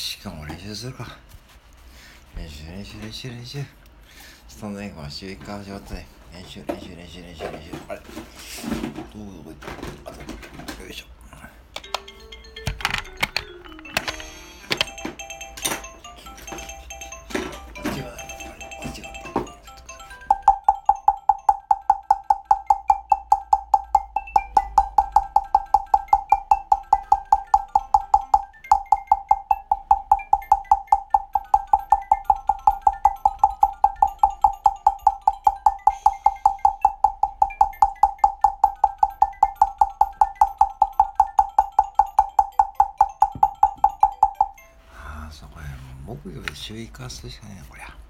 し、今日も練習するか。練習。スタンドエンは周囲化状態。練習。あれ、どういった。よいしょ。そこへ木魚で周囲化するしかないな、こりゃ。